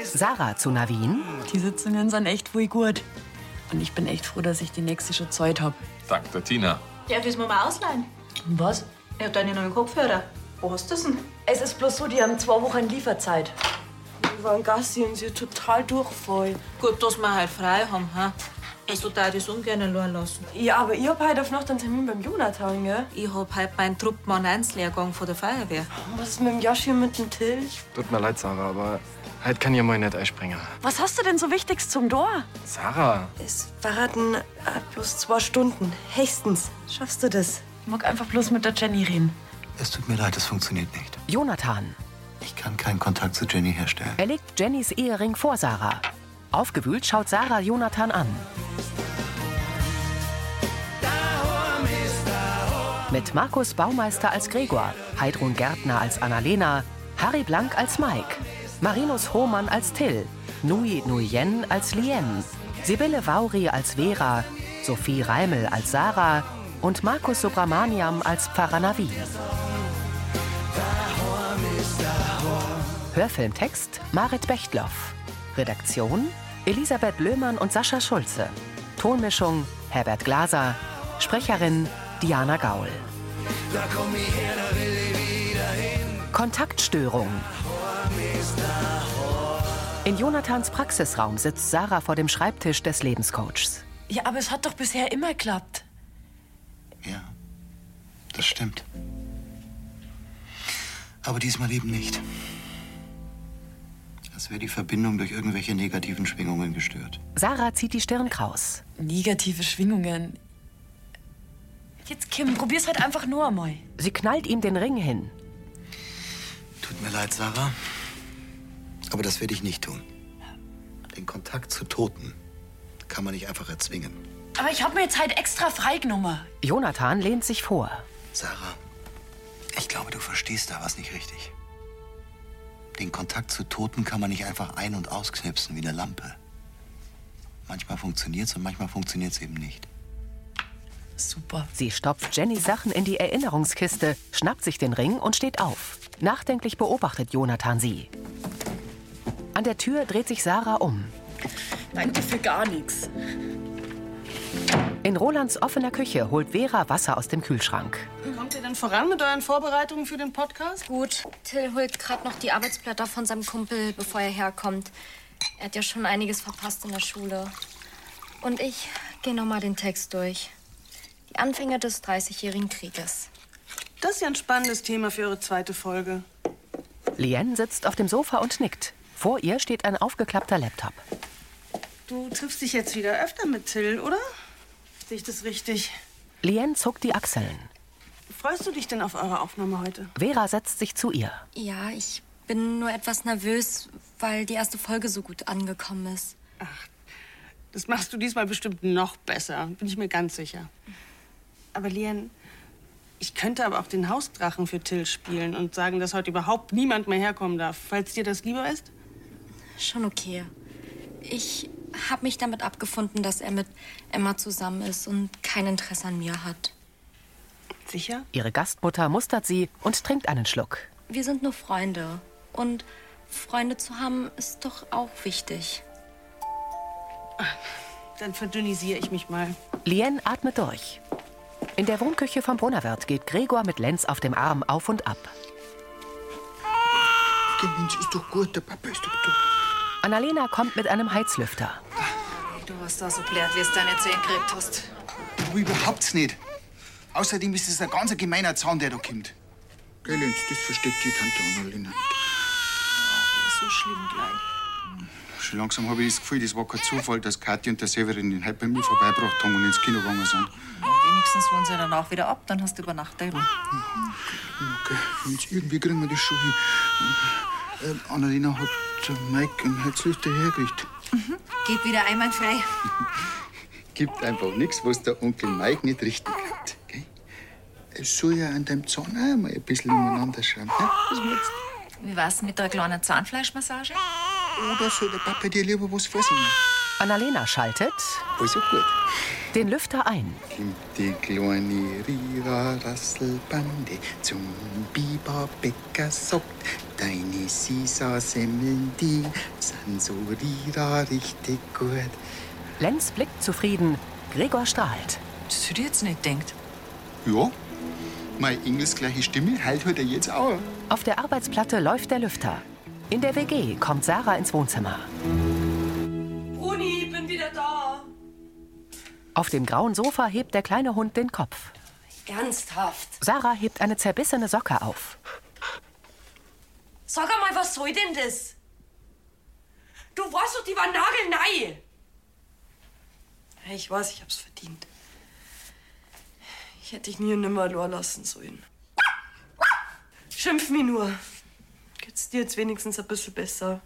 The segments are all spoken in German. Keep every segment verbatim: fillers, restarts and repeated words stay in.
Sarah zu Navin. Die Sitzungen sind echt voll gut. Und ich bin echt froh, dass ich die nächste schon Zeit hab. Dank der Tina. Ja, das muss man ausleihen. Was? Ja, deine neuen Kopfhörer. Wo hast du das denn? Es ist bloß so, die haben zwei Wochen Lieferzeit. Wir waren Gassi und sie total durchvoll. Gut, dass wir halt frei haben, ha? Also da ich das ungern allein lassen. Ja, aber ich hab heute auf Nacht einen Termin beim Jonathan, gell? Ich hab heute meinen Truppmann eins Lehrgang von der Feuerwehr. Was ist mit dem Joshi und mit dem Till? Tut mir leid, Sarah, aber heute kann ich mal nicht einspringen. Was hast du denn so Wichtiges zum Tor? Sarah! Es warten äh, bloß zwei Stunden. Höchstens. Schaffst du das? Ich mag einfach bloß mit der Jenny reden. Es tut mir leid, es funktioniert nicht. Jonathan. Ich kann keinen Kontakt zu Jenny herstellen. Er legt Jennys Ehering vor Sarah. Aufgewühlt schaut Sarah Jonathan an. Mit Markus Baumeister als Gregor, Heidrun Gärtner als Annalena, Harry Blank als Mike, Marinus Hohmann als Till, Nui Nguyen als Lien, Sibylle Vauri als Vera, Sophie Reimel als Sarah und Markus Subramaniam als Pfarrer Navin. Hörfilmtext Marit Bechtloff. Redaktion Elisabeth Löhmann und Sascha Schulze. Tonmischung Herbert Glaser. Sprecherin Diana Gaul. Kontaktstörung. In Jonathans Praxisraum sitzt Sarah vor dem Schreibtisch des Lebenscoachs. Ja, aber es hat doch bisher immer geklappt. Ja, das stimmt. Aber diesmal eben nicht. Als wäre die Verbindung durch irgendwelche negativen Schwingungen gestört. Sarah zieht die Stirn kraus. Negative Schwingungen. Jetzt, Kim, probier's halt einfach nur einmal. Sie knallt ihm den Ring hin. Tut mir leid, Sarah. Aber das werde ich nicht tun. Den Kontakt zu Toten kann man nicht einfach erzwingen. Aber ich hab mir jetzt halt extra freigenommen. Jonathan lehnt sich vor. Sarah, ich glaube, du verstehst da was nicht richtig. Den Kontakt zu Toten kann man nicht einfach ein- und ausknipsen wie eine Lampe. Manchmal funktioniert's und manchmal funktioniert's eben nicht. Super. Sie stopft Jennys Sachen in die Erinnerungskiste, schnappt sich den Ring und steht auf. Nachdenklich beobachtet Jonathan sie. An der Tür dreht sich Sarah um. Danke für gar nichts. In Rolands offener Küche holt Vera Wasser aus dem Kühlschrank. Kommt ihr denn voran mit euren Vorbereitungen für den Podcast? Gut. Till holt gerade noch die Arbeitsblätter von seinem Kumpel, bevor er herkommt. Er hat ja schon einiges verpasst in der Schule. Und ich gehe noch mal den Text durch. Die Anfänge des Dreißigjährigen Krieges. Das ist ja ein spannendes Thema für eure zweite Folge. Lien sitzt auf dem Sofa und nickt. Vor ihr steht ein aufgeklappter Laptop. Du triffst dich jetzt wieder öfter mit Till, oder? Sehe ich das richtig? Lien zuckt die Achseln. Freust du dich denn auf eure Aufnahme heute? Vera setzt sich zu ihr. Ja, ich bin nur etwas nervös, weil die erste Folge so gut angekommen ist. Ach, das machst du diesmal bestimmt noch besser, bin ich mir ganz sicher. Aber Lien, ich könnte aber auch den Hausdrachen für Till spielen und sagen, dass heute überhaupt niemand mehr herkommen darf, falls dir das lieber ist. Schon okay. Ich habe mich damit abgefunden, dass er mit Emma zusammen ist und kein Interesse an mir hat. Sicher? Ihre Gastmutter mustert sie und trinkt einen Schluck. Wir sind nur Freunde. Und Freunde zu haben, ist doch auch wichtig. Dann verdünnisiere ich mich mal. Lien atmet durch. In der Wohnküche vom Brunnerwirt geht Gregor mit Lenz auf dem Arm auf und ab. Der Mensch ist doch gut, der Papa ist doch da. Annalena kommt mit einem Heizlüfter. Du hast da so blärt, wie es deine Zähne gekriegt hast. Aber überhaupt nicht. Außerdem ist es ein ganz gemeiner Zahn, der da kommt. Gell, Lenz, das versteht die Tante Annalena nicht. So schlimm gleich. Schon langsam habe ich das Gefühl, das war kein Zufall, dass Kathi und der Severin den heute bei mir vorbeigebracht haben und ins Kino gegangen sind. Ja, wenigstens wollen sie danach wieder ab, dann hast du über Nacht deine Ruhe. Okay, Lenz, irgendwie kriegen wir das schon hin. Äh, Annalena hat äh, Mike einen Heizlüfter hergekriegt. Mhm. Geht wieder einwandfrei. Gibt einfach nichts, was der Onkel Mike nicht richtig hat. Gell? Es soll ja an deinem Zahn auch mal ein bisschen umeinander schauen. Ne? Was meinst du? Wie war's mit der kleinen Zahnfleischmassage? Oder soll der Papa dir lieber was vorsingen? Annalena schaltet Also gut. den Lüfter ein. Kommt die kleine Rira-Rasselbande zum Biberbäcker, sagt, deine Sisa-Semmeln, die sind so Rira richtig gut. Lenz blickt zufrieden, Gregor strahlt. Das hätte ich jetzt nicht gedacht. Ja, meine engelsgleiche Stimme halt heute jetzt auch. Auf der Arbeitsplatte läuft der Lüfter. In der W G kommt Sarah ins Wohnzimmer. Bruni, bin wieder da. Auf dem grauen Sofa hebt der kleine Hund den Kopf. Ernsthaft? Sarah hebt eine zerbissene Socke auf. Sag einmal, was soll denn das? Du weißt doch, die war nagelneu. Ich weiß, ich hab's verdient. Ich hätte dich nie und nimmer allein lassen sollen. Schimpf mich nur. Geht's dir jetzt wenigstens ein bisschen besser?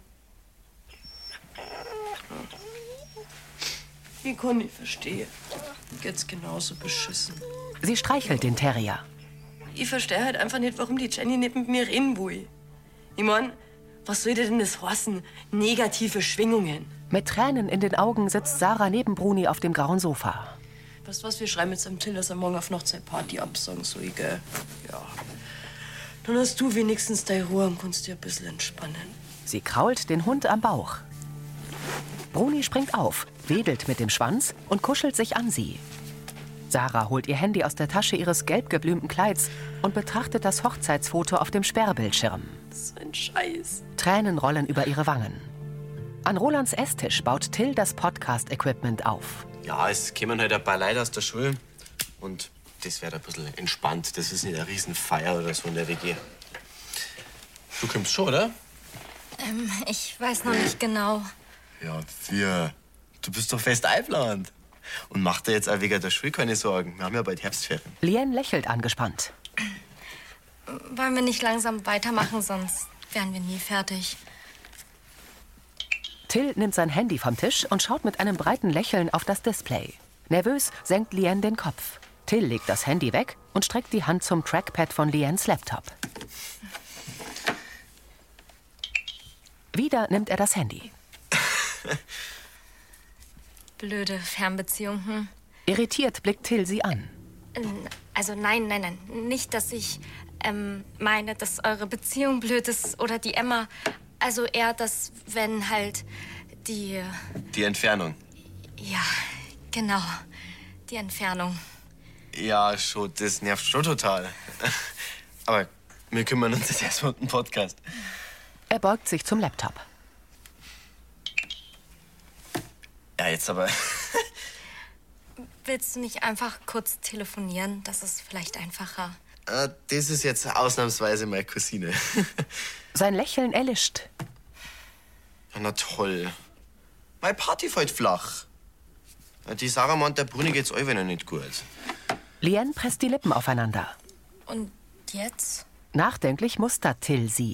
Ich kann nicht verstehen. Geht's genauso beschissen. Sie streichelt den Terrier. Ich verstehe halt einfach nicht, warum die Jenny nicht mit mir reden will. Ich mein, was soll denn das heißen? Negative Schwingungen. Mit Tränen in den Augen sitzt Sarah neben Bruni auf dem grauen Sofa. Weißt du was, wir schreiben jetzt am Till, dass er morgen auf Nacht seine Party absagen soll, gell? Ja. Dann hast du wenigstens deine Ruhe und kannst dir ein bisschen entspannen. Sie krault den Hund am Bauch. Bruni springt auf, wedelt mit dem Schwanz und kuschelt sich an sie. Sarah holt ihr Handy aus der Tasche ihres gelb geblümten Kleids und betrachtet das Hochzeitsfoto auf dem Sperrbildschirm. So ein Scheiß. Tränen rollen über ihre Wangen. An Rolands Esstisch baut Till das Podcast-Equipment auf. Ja, es kämen halt ein paar Leute aus der Schule und das wäre ein bisschen entspannt. Das ist nicht eine Riesenfeier oder so in der W G. Du kommst schon, oder? Ähm, ich weiß noch nicht genau. Ja, wir. Du bist doch fest eingeplant. Und mach dir jetzt auch wegen der Schule keine Sorgen. Wir haben ja bald Herbstferien. Lien lächelt angespannt. Wollen wir nicht langsam weitermachen, sonst wären wir nie fertig. Till nimmt sein Handy vom Tisch und schaut mit einem breiten Lächeln auf das Display. Nervös senkt Lien den Kopf. Till legt das Handy weg und streckt die Hand zum Trackpad von Liens Laptop. Wieder nimmt er das Handy. Blöde Fernbeziehung, hm? Irritiert blickt Till sie an. Also nein, nein, nein. Nicht, dass ich ähm, meine, dass eure Beziehung blöd ist oder die Emma. Also eher, dass wenn halt die... Die Entfernung. Ja, genau. Die Entfernung. Ja, schon, das nervt schon total. Aber wir kümmern uns jetzt erstmal um den Podcast. Er beugt sich zum Laptop. Ja, jetzt aber... Willst du nicht einfach kurz telefonieren? Das ist vielleicht einfacher. Ah, das ist jetzt ausnahmsweise meine Cousine. Sein Lächeln erlischt. Na toll. Meine Party fällt flach. Die Sarah meint, der Bruni geht's euch noch nicht gut. Lien presst die Lippen aufeinander. Und jetzt? Nachdenklich mustert Till sie.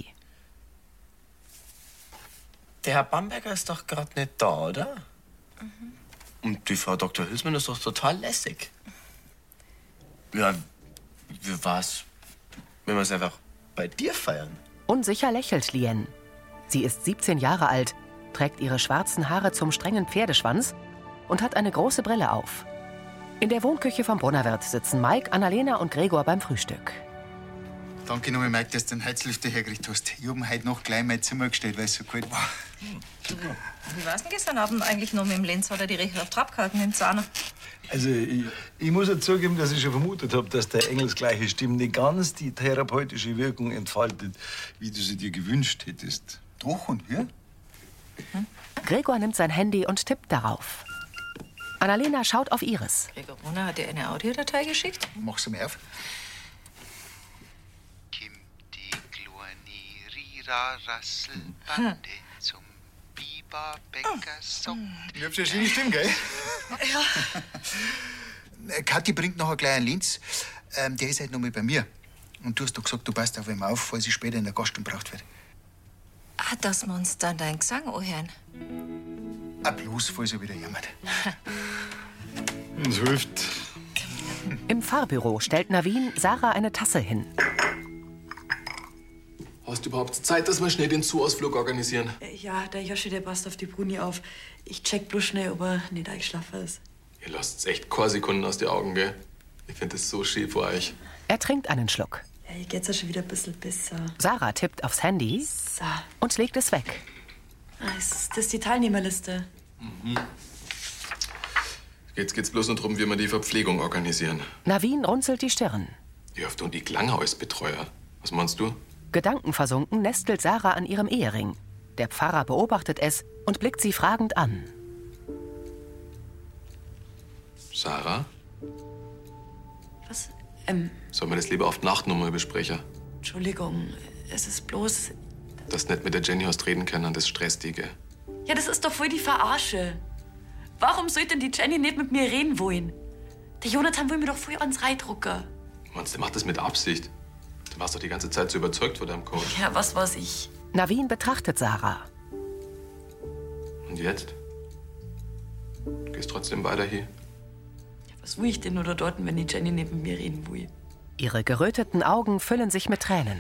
Der Herr Bamberger ist doch gerade nicht da, oder? Mhm. Und die Frau Doktor Hülsmann ist doch total lässig. Ja, wie war's, wenn wir es einfach bei dir feiern? Unsicher lächelt Lien. Sie ist siebzehn Jahre alt, trägt ihre schwarzen Haare zum strengen Pferdeschwanz und hat eine große Brille auf. In der Wohnküche vom Brunnerwirt sitzen Mike, Annalena und Gregor beim Frühstück. Danke nochmal, Mike, dass du den Heizlüfter hergekriegt hast. Ich hab ihn heute noch gleich in mein Zimmer gestellt, weil es so kalt war. Wie war's denn gestern Abend eigentlich noch mit dem Lenz? Hat er die Rechte auf Trab gehalten im Zahner? Also, ich, ich muss ja zugeben, dass ich schon vermutet habe, dass der engelsgleiche Stimme nicht ganz die therapeutische Wirkung entfaltet, wie du sie dir gewünscht hättest. Doch, und wir? Hm? Gregor nimmt sein Handy und tippt darauf. Annalena schaut auf Iris. Gregor Brunner hat dir eine Audiodatei geschickt? Mach sie mal auf. Rasselbande zum Biberbäcker sagt. Ich hab schon eine schöne Stimme, gell? Ja. Kathi bringt nachher gleich einen Lenz. Ähm, der ist halt noch mal bei mir. Und du hast doch gesagt, du passt auf ihn auf, falls ich später in der Gaststunde braucht wird. Ah, dass wir uns dann deinen Gesang anhören. Ah, bloß, falls er wieder jammert. Das hilft. Im Fahrbüro stellt Navin Sarah eine Tasse hin. Hast du überhaupt Zeit, dass wir schnell den Zoo-Ausflug organisieren? Äh, Ja, der Joschi, der passt auf die Bruni auf. Ich check bloß schnell, ob er nicht eingeschlafen ist. Ihr lasst echt keine Sekunden aus den Augen, gell? Ich finde das so schön für euch. Er trinkt einen Schluck. Ja, hier geht's ja schon wieder ein bisschen besser. Sarah tippt aufs Handy So. und legt es weg. Ah, ist das die Teilnehmerliste? Mhm. Jetzt geht's bloß noch darum, wie wir die Verpflegung organisieren. Navin runzelt die Stirn. Ihr habt und die Klanghausbetreuer. Was meinst du? Gedankenversunken nestelt Sarah an ihrem Ehering. Der Pfarrer beobachtet es und blickt sie fragend an. Sarah? Was? Ähm, Sollen wir das lieber auf die Nacht nochmal besprechen? Entschuldigung, es ist bloß... Dass du nicht mit der Jenny hast reden können, das stresst die, gell? Ja, das ist doch voll die Verarsche. Warum sollte denn die Jenny nicht mit mir reden wollen? Der Jonathan will mir doch voll ans Reitrucker. Meinst du, der macht das mit Absicht? Du warst doch die ganze Zeit so überzeugt von deinem Coach. Ja, was weiß ich. Navin betrachtet Sarah. Und jetzt? Du gehst trotzdem weiter hier. Was will ich denn oder dort, wenn die Jenny neben mir reden will? Ihre geröteten Augen füllen sich mit Tränen.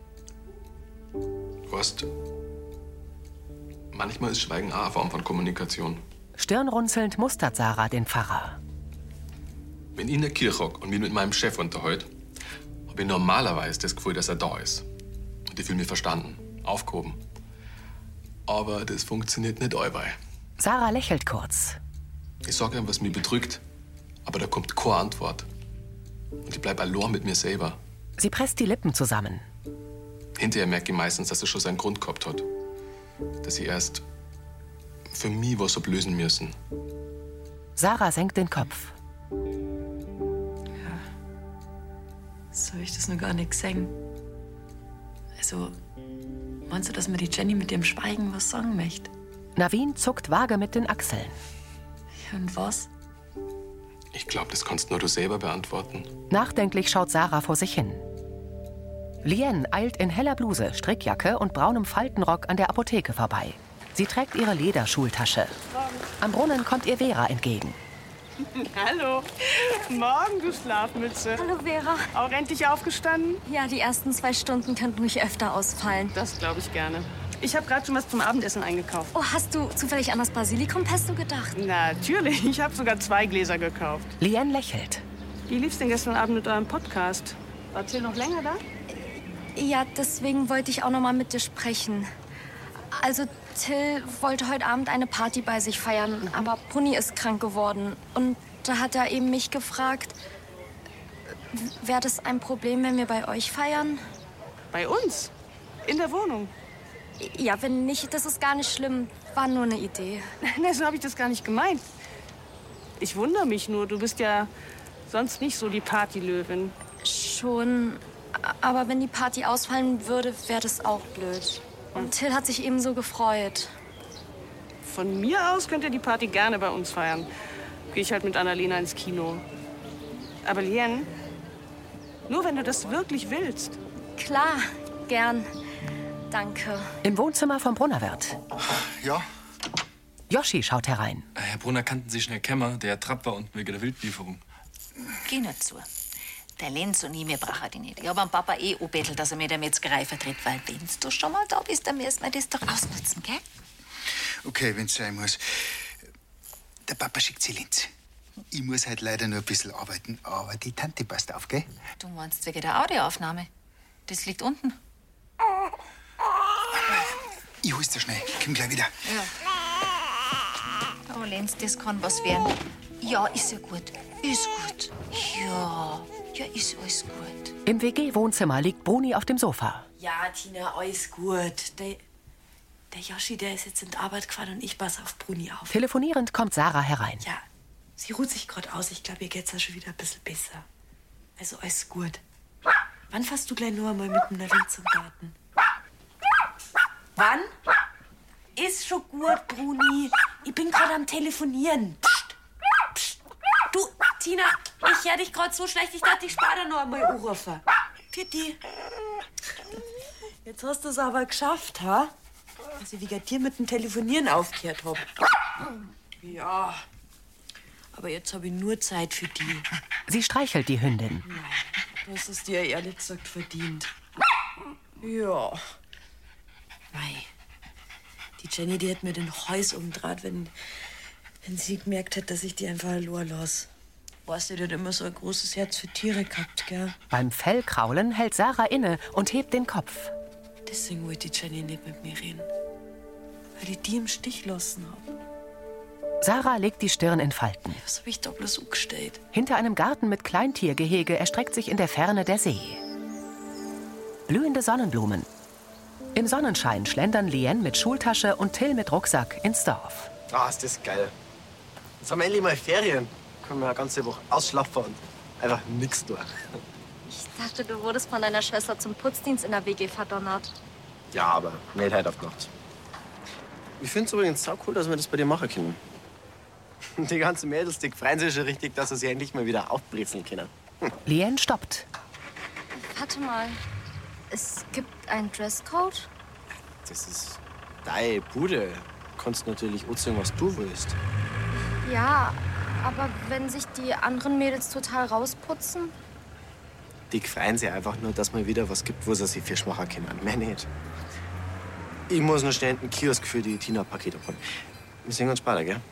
Weißt, manchmal ist Schweigen auch eine Form von Kommunikation. Stirnrunzelnd mustert Sarah den Pfarrer. Wenn ich in der Kirche hock und mich mit meinem Chef unterhalte, habe ich normalerweise das Gefühl, dass er da ist. Und ich fühle mich verstanden, aufgehoben. Aber das funktioniert nicht allweil. Sarah lächelt kurz. Ich sage ihm, was mich bedrückt, aber da kommt keine Antwort. Und ich bleib allein mit mir selber. Sie presst die Lippen zusammen. Hinterher merke ich meistens, dass es schon seinen Grund gehabt hat. Dass ich erst für mich was hab lösen müssen. Sarah senkt den Kopf. So hab ich das noch gar nicht gesehen. Also, meinst du, dass mir die Jenny mit dem Schweigen was sagen möchte? Navin zuckt vage mit den Achseln. Ja, und was? Ich glaube, das kannst nur du selber beantworten. Nachdenklich schaut Sarah vor sich hin. Lien eilt in heller Bluse, Strickjacke und braunem Faltenrock an der Apotheke vorbei. Sie trägt ihre Lederschultasche. Am Brunnen kommt ihr Vera entgegen. Hallo. Morgen, du Schlafmütze. Hallo, Vera. Auch endlich aufgestanden? Ja, die ersten zwei Stunden könnten mich öfter ausfallen. Das glaube ich gerne. Ich habe gerade schon was zum Abendessen eingekauft. Oh, hast du zufällig an das Basilikumpesto gedacht? Natürlich. Ich habe sogar zwei Gläser gekauft. Lien lächelt. Wie lief's denn gestern Abend mit eurem Podcast? War Till noch länger da? Ja, deswegen wollte ich auch noch mal mit dir sprechen. Also, Till wollte heute Abend eine Party bei sich feiern, aber Bruni ist krank geworden. Und da hat er eben mich gefragt, wäre das ein Problem, wenn wir bei euch feiern? Bei uns? In der Wohnung? Ja, wenn nicht, das ist gar nicht schlimm. War nur eine Idee. Nee, so habe ich das gar nicht gemeint. Ich wundere mich nur, du bist ja sonst nicht so die Partylöwin. Schon, aber wenn die Party ausfallen würde, wäre das auch blöd. Und Till hat sich eben so gefreut. Von mir aus könnt ihr die Party gerne bei uns feiern. Gehe ich halt mit Annalena ins Kino. Aber Lien, nur wenn du das wirklich willst. Klar, gern. Danke. Im Wohnzimmer vom Brunnerwirt. Ja? Joschi schaut herein. Herr Brunner, kannten Sie schnell Kämmer? Der Trapp war unten wegen der Wildlieferung. Geh nicht zu. Der Lenz und ich, wir brauchen die nicht. Ich hab am Papa eh angebettelt, dass er mir der Metzgerei vertritt, weil wenn du schon mal da bist, dann müssen wir das doch ausnutzen, gell? Okay, wenn's sein muss. Der Papa schickt sie Linz. Ich muss halt leider nur ein bisschen arbeiten, aber die Tante passt auf, gell? Du meinst wegen der Audioaufnahme? Das liegt unten. Ich hol's dir schnell. Komm gleich wieder. Ja. Oh, Lenz, das kann was werden. Ja, ist ja gut. Ist gut. Ja, ja, ist alles gut. Im W G-Wohnzimmer liegt Bruni auf dem Sofa. Ja, Tina, alles gut. Der, der Joschi, der ist jetzt in die Arbeit gefahren und ich passe auf Bruni auf. Telefonierend kommt Sarah herein. Ja, sie ruht sich gerade aus. Ich glaube, ihr geht's ja schon wieder ein bisschen besser. Also alles gut. Wann fährst du gleich nur einmal mit dem Navin zum Garten? Wann? Ist schon gut, Bruni. Ich bin gerade am Telefonieren. Psst. Psst. Du, Tina, ich höre dich gerade so schlecht, ich dachte, ich spare da noch einmal anrufen. Für die. Jetzt hast du es aber geschafft, ha? Dass ich wegen dir mit dem Telefonieren aufgehört hab. Ja. Aber jetzt habe ich nur Zeit für die. Sie streichelt die Hündin. Du hast es dir ehrlich gesagt verdient. Ja. Mei. Die Jenny, die hätte mir den Häus umdraht, wenn, wenn sie gemerkt hätte, dass ich die einfach verloren lasse. Weißt du, die hat immer so ein großes Herz für Tiere gehabt, gell? Beim Fellkraulen hält Sarah inne und hebt den Kopf. Deswegen wollte die Jenny nicht mit mir reden. Weil ich die im Stich lassen habe. Sarah legt die Stirn in Falten. Was hab ich da bloß angestellt? Hinter einem Garten mit Kleintiergehege erstreckt sich in der Ferne der See. Blühende Sonnenblumen. Im Sonnenschein schlendern Lien mit Schultasche und Till mit Rucksack ins Dorf. Ah, ist das geil. Jetzt haben wir endlich mal Ferien. Können wir eine ganze Woche ausschlafen und einfach nichts tun. Ich dachte, du wurdest von deiner Schwester zum Putzdienst in der W G verdonnert. Ja, aber nicht heute auf Nacht. Ich finde es übrigens sau cool, dass wir das bei dir machen können. Die ganzen Mädels, die freuen sich schon richtig, dass sie sich endlich mal wieder aufbrezeln können. Hm. Lien stoppt. Warte mal. Es gibt einen Dresscode? Das ist deine Bude. Du kannst natürlich anziehen, was du willst. Ja, aber wenn sich die anderen Mädels total rausputzen? Die freuen sich einfach nur, dass man wieder was gibt, wo sie sich Fisch machen können. Mehr nicht. Ich muss noch schnell einen Kiosk für die Tina-Pakete abholen. Wir sehen uns später, gell?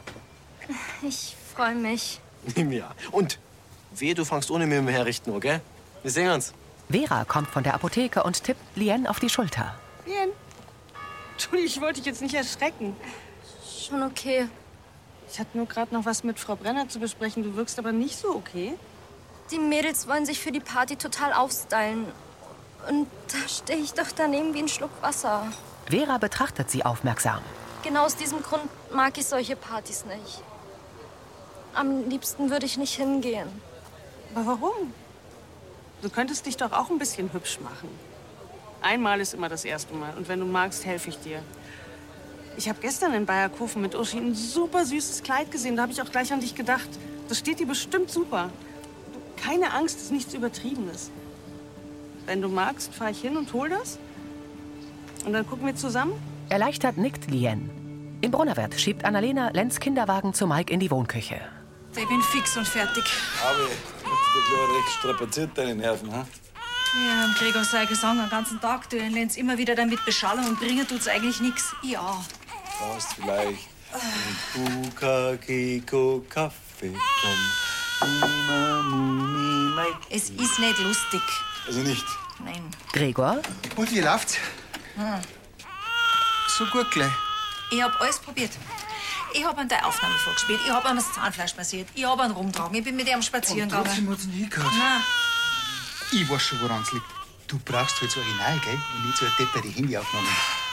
Ich freue mich. Ja. Und weh, du fangst ohne mit dem Herrichten an, gell? Wir sehen uns. Vera kommt von der Apotheke und tippt Lien auf die Schulter. Lien. Entschuldigung, ich wollte dich jetzt nicht erschrecken. Schon okay. Ich hatte nur gerade noch was mit Frau Brenner zu besprechen. Du wirkst aber nicht so okay. Die Mädels wollen sich für die Party total aufstylen. Und da stehe ich doch daneben wie ein Schluck Wasser. Vera betrachtet sie aufmerksam. Genau aus diesem Grund mag ich solche Partys nicht. Am liebsten würde ich nicht hingehen. Aber warum? Du könntest dich doch auch ein bisschen hübsch machen. Einmal ist immer das erste Mal. Und wenn du magst, helfe ich dir. Ich habe gestern in Bayerkofen mit Uschi ein super süßes Kleid gesehen. Da habe ich auch gleich an dich gedacht. Das steht dir bestimmt super. Du, keine Angst, es ist nichts Übertriebenes. Wenn du magst, fahre ich hin und hol das. Und dann gucken wir zusammen. Erleichtert nickt Lien. Im Brunnerwirt schiebt Annalena Lenz Kinderwagen zu Mike in die Wohnküche. Ich bin fix und fertig. Aber jetzt der Kleine recht strapaziert deine Nerven, ha? Ja, Gregor sei Gesang den ganzen Tag. Du Lenz immer wieder damit beschallen und bringen tut's eigentlich nichts. Ja. Brauchst vielleicht einen Bukakeko-Kaffee vom Mima Mumi Mike. Es ist nicht lustig. Also nicht? Nein. Gregor? Und wie läuft's? Hm. So gut gleich. Ich hab alles probiert. Ich hab ihm deine Aufnahme vorgespielt. Ich hab ihm das Zahnfleisch massiert. Ich hab ihn rumgetragen. Ich bin mit ihm spazieren gegangen. Trotzdem hat's nicht hingehört. Nein. Ich weiß schon, woran es liegt. Du brauchst halt das Original, gell? Und nicht so eine deppere Handyaufnahme.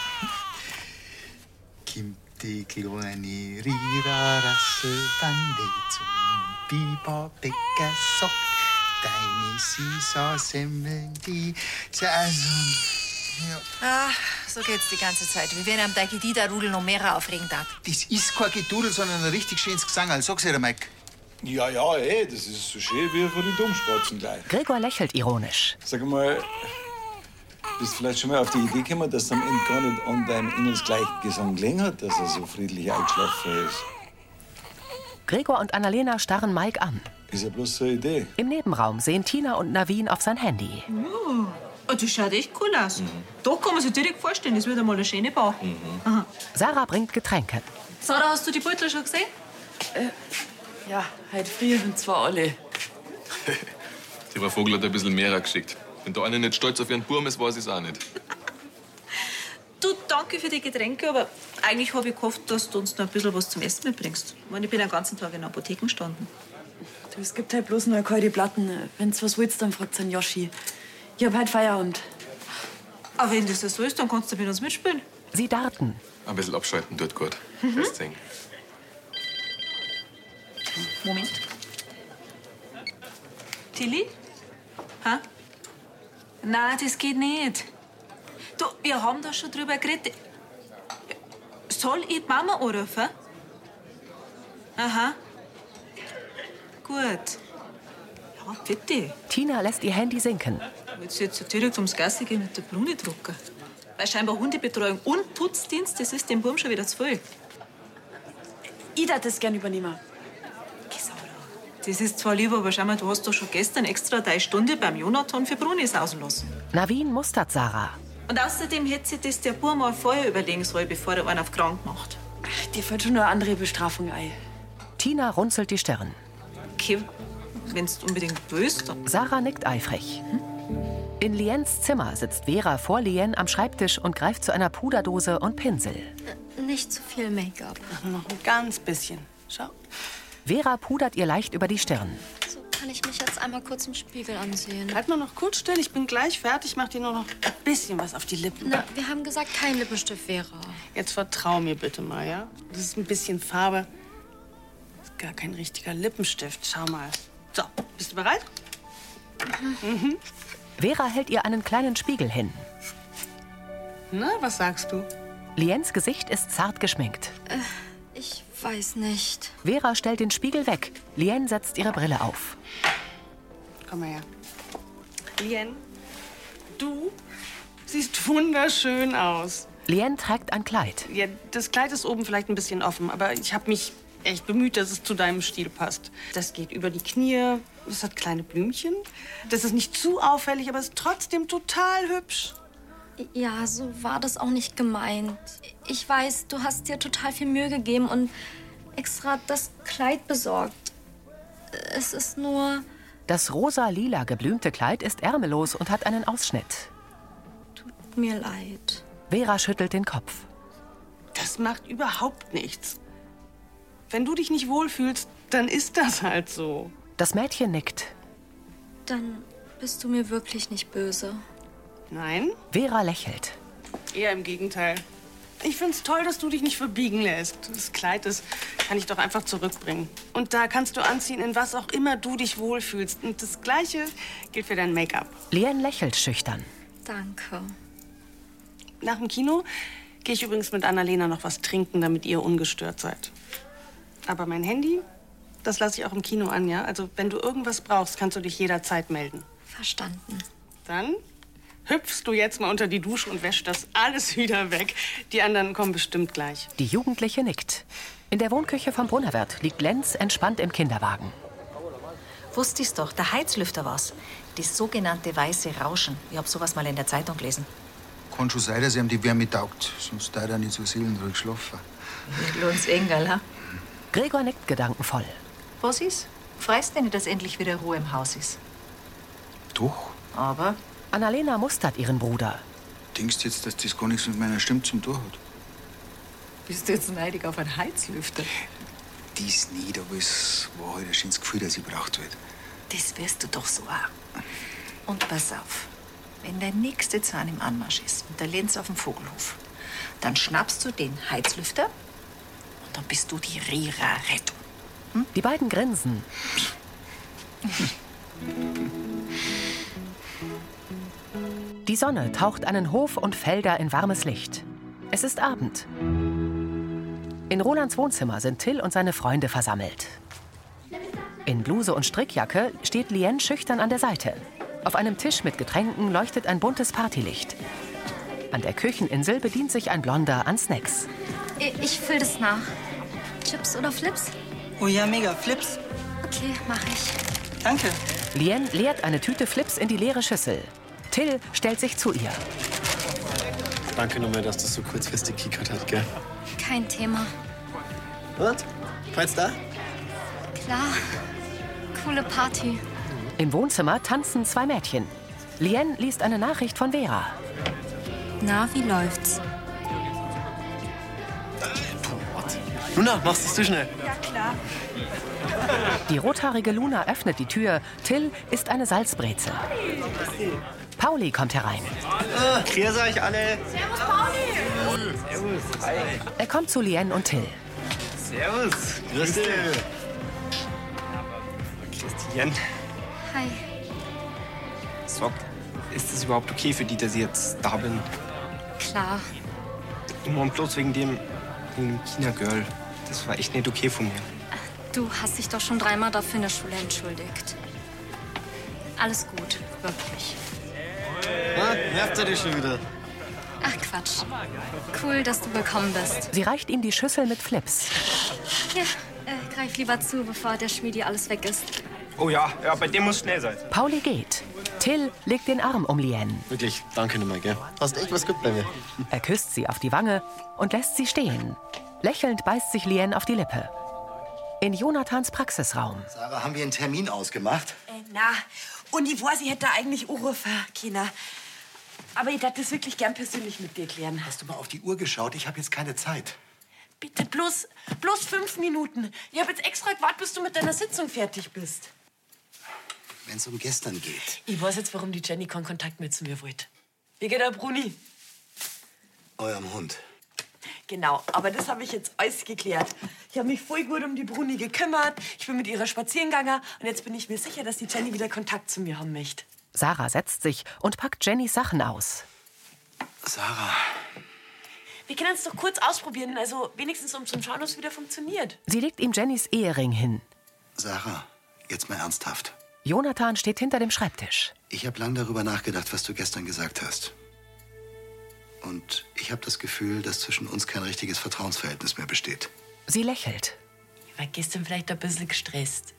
Kommt die kleine Rira-Rasselbande zum Biberbäcker, sagt deine Sisa-Semmeln, die Saison. Ja. Ah, so geht's die ganze Zeit. Wie wenn am der Gedida-Rudel noch mehr aufregen darf. Das ist kein Gedudel, sondern ein richtig schönes Gesang. Sag's dir, Mike. Ja, ja, eh, das ist so schön wie von den Dummspatzen gleich. Gregor lächelt ironisch. Sag mal, bist du vielleicht schon mal auf die Idee gekommen, dass du am Ende gar nicht an deinem engelsgleichen Gesang gelegen hat, dass er so friedlich eingeschlafen ist? Gregor und Annalena starren Mike an. Ist ja bloß so eine Idee. Im Nebenraum sehen Tina und Navin auf sein Handy. Oh, das schaut echt cool aus. Mhm. Da kann man sich direkt vorstellen, das wird einmal eine schöne Bau. Mhm. Aha. Sarah bringt Getränke. Sarah, hast du die Beutel schon gesehen? Äh, ja, heute früh und zwar alle. Die Frau Vogel hat ein bisschen mehr geschickt. Wenn da einer nicht stolz auf ihren Burm ist, weiß ich es auch nicht. Du, danke für die Getränke, aber eigentlich habe ich gehofft, dass du uns noch ein bisschen was zum Essen mitbringst. Ich meine, ich bin den ganzen Tag in der Apotheke gestanden. Du, es gibt halt bloß noch kalte Platten. Wenn's was willst, dann fragt's an Yoshi. Ich hab halt Feierabend. Aber wenn das so ist, dann kannst du mit uns mitspielen. Sie darten. Ein bisschen abschalten tut gut. Mhm. Festhängen. Moment. Tilly? Ha? Nein, das geht nicht. Du, wir haben da schon drüber geredet. Soll ich die Mama anrufen? Aha. Gut. Ja, bitte. Tina lässt ihr Handy sinken. Willst du jetzt direkt ums Gassi gehen mit der Bruni drucken? Weil scheinbar Hundebetreuung und Putzdienst, das ist dem Burm schon wieder zu viel. Ich darf das gern übernehmen. Das ist zwar lieb, aber schau mal, du hast doch schon gestern extra deine Stunde beim Jonathan für Bruni sausen lassen. Navin mustert Sarah. Und außerdem hätte sich das der Bub mal vorher überlegen sollen, bevor er einen auf krank macht. Dir fällt schon eine andere Bestrafung ein. Tina runzelt die Stirn. Okay, wenn's unbedingt willst, dann... Sarah nickt eifrig. In Liens Zimmer sitzt Vera vor Lien am Schreibtisch und greift zu einer Puderdose und Pinsel. Nicht zu viel Make-up. Noch ein ganz bisschen. Schau. Vera pudert ihr leicht über die Stirn. So kann ich mich jetzt einmal kurz im Spiegel ansehen. Bleib mal noch kurz still, ich bin gleich fertig. Mach dir nur noch ein bisschen was auf die Lippen. Na, wir haben gesagt, kein Lippenstift, Vera. Jetzt vertrau mir bitte mal, ja? Das ist ein bisschen Farbe. Das ist gar kein richtiger Lippenstift. Schau mal. So, bist du bereit? Mhm. Mhm. Vera hält ihr einen kleinen Spiegel hin. Na, was sagst du? Liens Gesicht ist zart geschminkt. Äh, ich weiß nicht. Vera stellt den Spiegel weg. Lien setzt ihre Brille auf. Komm mal her. Lien, du siehst wunderschön aus. Lien trägt ein Kleid. Ja, das Kleid ist oben vielleicht ein bisschen offen, aber ich habe mich echt bemüht, dass es zu deinem Stil passt. Das geht über die Knie, es hat kleine Blümchen. Das ist nicht zu auffällig, aber es ist trotzdem total hübsch. Ja, so war das auch nicht gemeint. Ich weiß, du hast dir total viel Mühe gegeben und extra das Kleid besorgt. Es ist nur... Das rosa-lila geblümte Kleid ist ärmellos und hat einen Ausschnitt. Tut mir leid. Vera schüttelt den Kopf. Das macht überhaupt nichts. Wenn du dich nicht wohlfühlst, dann ist das halt so. Das Mädchen nickt. Dann bist du mir wirklich nicht böse. Nein? Vera lächelt. Eher im Gegenteil. Ich find's toll, dass du dich nicht verbiegen lässt. Das Kleid, das kann ich doch einfach zurückbringen. Und da kannst du anziehen, in was auch immer du dich wohlfühlst. Und das Gleiche gilt für dein Make-up. Lien lächelt schüchtern. Danke. Nach dem Kino gehe ich übrigens mit Annalena noch was trinken, damit ihr ungestört seid. Aber mein Handy, das lasse ich auch im Kino an, ja? Also wenn du irgendwas brauchst, kannst du dich jederzeit melden. Verstanden. Dann hüpfst du jetzt mal unter die Dusche und wäschst das alles wieder weg. Die anderen kommen bestimmt gleich. Die Jugendliche nickt. In der Wohnküche vom Brunnerwirt liegt Lenz entspannt im Kinderwagen. Wusstest doch, der Heizlüfter war's. Das sogenannte weiße Rauschen. Ich hab sowas mal in der Zeitung gelesen. Kann schon sein, dass ihm die Wärme taugt. Sonst darf er nicht so seelenruhig schlafen. Lohnt's Engel, ha? Gregor nickt gedankenvoll. Was ist? Freust du nicht, dass endlich wieder Ruhe im Haus ist? Doch. Aber? Annalena mustert ihren Bruder. Denkst du jetzt, dass das gar nichts mit meiner Stimme zum tun hat? Bist du jetzt neidig auf einen Heizlüfter? Dies nicht, aber es war halt ein schönes Gefühl, dass ich gebraucht wird. Das wirst du doch so auch. Und pass auf, wenn der nächste Zahn im Anmarsch ist und der Lenz auf dem Vogelhof, dann schnappst du den Heizlüfter und dann bist du die Rira-Rettung. Hm? Die beiden grinsen. Die Sonne taucht einen Hof und Felder in warmes Licht. Es ist Abend. In Rolands Wohnzimmer sind Till und seine Freunde versammelt. In Bluse und Strickjacke steht Lien schüchtern an der Seite. Auf einem Tisch mit Getränken leuchtet ein buntes Partylicht. An der Kücheninsel bedient sich ein Blonder an Snacks. Ich füll das nach. Chips oder Flips? Oh ja, mega. Flips. Okay, mach ich. Danke. Lien leert eine Tüte Flips in die leere Schüssel. Till stellt sich zu ihr. Danke nochmal, dass das so kurzfristig gekickert hat, gell? Kein Thema. Und? Feins da? Klar. Coole Party. Im Wohnzimmer tanzen zwei Mädchen. Lien liest eine Nachricht von Vera. Na, wie läuft's? Luna, machst du schnell? Ja, klar. Die rothaarige Luna öffnet die Tür. Till isst eine Salzbrezel. Pauli kommt herein. Ah, grüß euch alle. Servus, Pauli. Servus. Hi. Er kommt zu Lien und Till. Servus. Grüß dich. Christian. Hi. Sag, ist es überhaupt okay für die, dass ich jetzt da bin? Klar. Ich meine bloß wegen dem, wegen dem China-Girl. Das war echt nicht okay von mir. Du hast dich doch schon dreimal dafür in der Schule entschuldigt. Alles gut, wirklich. Ah, nervt ihr dich schon wieder? Ach Quatsch. Cool, dass du willkommen bist. Sie reicht ihm die Schüssel mit Flips. Hier, äh, greif lieber zu, bevor der Schmiedi alles weg ist. Oh ja, ja, bei dem muss schnell sein. Pauli geht. Till legt den Arm um Lien. Wirklich, danke nochmal, gell? Hast echt was gut bei mir. Er küsst sie auf die Wange und lässt sie stehen. Lächelnd beißt sich Lien auf die Lippe. In Jonathans Praxisraum. Sarah, haben wir einen Termin ausgemacht? Äh, na, und ich weiß, ich hätte da eigentlich anrufen können. Aber ich darf das wirklich gern persönlich mit dir klären. Hast du mal auf die Uhr geschaut? Ich habe jetzt keine Zeit. Bitte, bloß, bloß fünf Minuten. Ich habe jetzt extra gewartet, bis du mit deiner Sitzung fertig bist. Wenn es um gestern geht. Ich weiß jetzt, warum die Jenny keinen Kontakt mehr zu mir wollte. Wie geht der Bruni? Eurem Hund. Genau, aber das habe ich jetzt alles geklärt. Ich habe mich voll gut um die Bruni gekümmert. Ich bin mit ihrer spazieren gegangen. Und jetzt bin ich mir sicher, dass die Jenny wieder Kontakt zu mir haben möchte. Sarah setzt sich und packt Jennys Sachen aus. Sarah. Wir können es doch kurz ausprobieren. Also wenigstens, um zu schauen, ob es wieder funktioniert. Sie legt ihm Jennys Ehering hin. Sarah, jetzt mal ernsthaft. Jonathan steht hinter dem Schreibtisch. Ich habe lang darüber nachgedacht, was du gestern gesagt hast. Und ich habe das Gefühl, dass zwischen uns kein richtiges Vertrauensverhältnis mehr besteht. Sie lächelt. Ich war gestern vielleicht ein bisschen gestresst.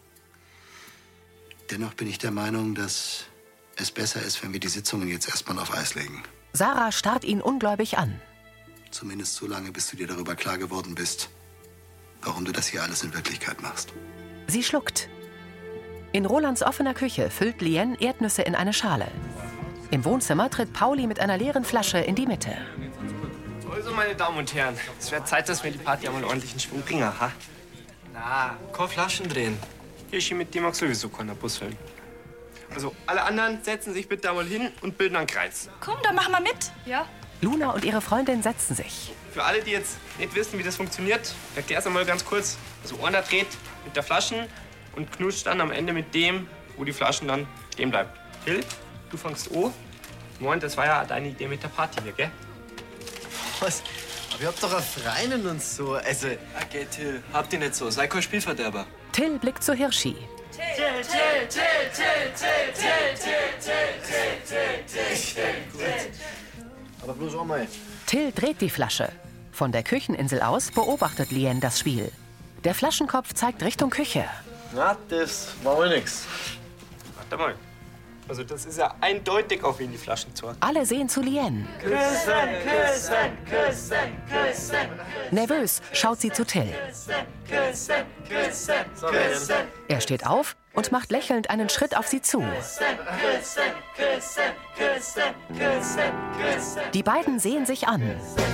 Dennoch bin ich der Meinung, dass es besser ist, wenn wir die Sitzungen jetzt erstmal auf Eis legen. Sarah starrt ihn ungläubig an. Zumindest so lange, bis du dir darüber klar geworden bist, warum du das hier alles in Wirklichkeit machst. Sie schluckt. In Rolands offener Küche füllt Lien Erdnüsse in eine Schale. Im Wohnzimmer tritt Pauli mit einer leeren Flasche in die Mitte. Also, meine Damen und Herren, es wird Zeit, dass wir die Party einmal ordentlich in Schwung bringen, ha? Na, keine Flaschen drehen. Hirschi, mit dem mag sowieso keiner Bus fällen. Also, alle anderen setzen sich bitte einmal hin und bilden einen Kreis. Komm, dann mach mal mit. Ja. Luna und ihre Freundin setzen sich. Für alle, die jetzt nicht wissen, wie das funktioniert, erklär's einmal ganz kurz. Also, einer dreht mit der Flaschen und knutscht dann am Ende mit dem, wo die Flaschen dann stehen bleiben. Till, du fängst an. Moin, das war ja deine Idee mit der Party hier, gell? Was? Aber ihr habt doch eine Freundin und so. Also. Okay, Till, habt ihr nicht so. Sei kein Spielverderber. Till blickt zu Hirschi. Till, Till, Till, Till, Till, Till, Till, Till, Till, Till, Till. Aber bloß einmal. Till dreht die Flasche. Von der Kücheninsel aus beobachtet Lien das Spiel. Der Flaschenkopf zeigt Richtung Küche. Na, das war wohl nix. Warte mal. Also das ist ja eindeutig, auf wen die Flaschen zeigen. Alle sehen zu Lien. Küssen, küssen, küssen, küssen. Nervös schaut sie zu Till. Küssen, küssen, küssen, küssen. Er steht auf und macht lächelnd einen Schritt auf sie zu. Küssen, küssen, küssen, küssen, küssen, küssen. Die beiden sehen sich an.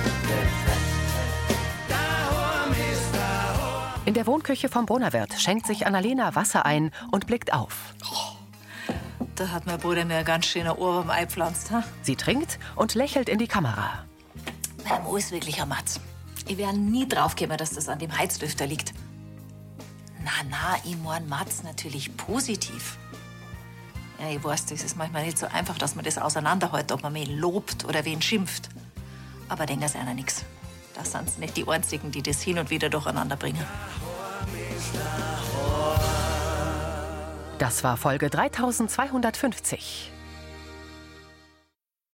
In der Wohnküche vom Brunnerwirt schenkt sich Annalena Wasser ein und blickt auf. Da hat mein Bruder mir ein ganz schöner Ohrwurm eingepflanzt. Ha? Sie trinkt und lächelt in die Kamera. Mein Mo ist wirklich ein Matz. Ich wäre nie draufgekommen, dass das an dem Heizlüfter liegt. Na, na, ich mein Matz natürlich positiv. Ja, ich weiß, das ist manchmal nicht so einfach, dass man das auseinanderhält, ob man wen lobt oder wen schimpft. Aber denken Sie einer nichts. Das sind nicht die Einzigen, die das hin und wieder durcheinander bringen. Das war Folge dreitausendzweihundertfünfzig.